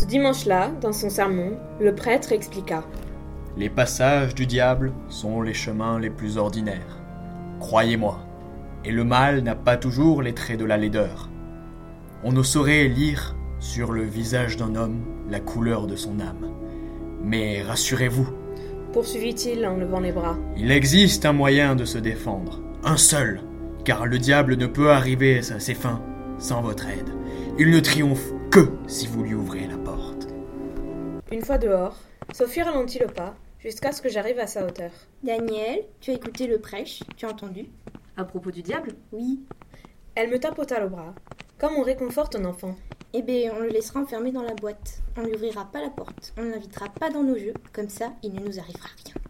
dimanche-là, dans son sermon, le prêtre expliqua. Les passages du diable sont les chemins les plus ordinaires. Croyez-moi, et le mal n'a pas toujours les traits de la laideur. On ne saurait lire sur le visage d'un homme la couleur de son âme. Mais rassurez-vous, Poursuivit-il en levant les bras. il existe un moyen de se défendre, un seul, car le diable ne peut arriver à ses fins sans votre aide. Il ne triomphe que si vous lui ouvrez la porte. Une fois dehors, Sophie ralentit le pas jusqu'à ce que j'arrive à sa hauteur. Daniel, tu as écouté le prêche, tu as entendu? À propos du diable? Oui. Elle me tapota le bras, comme on réconforte un enfant. Eh bien, on le laissera enfermé dans la boîte. On ne lui ouvrira pas la porte. On ne l'invitera pas dans nos jeux. Comme ça, il ne nous arrivera rien.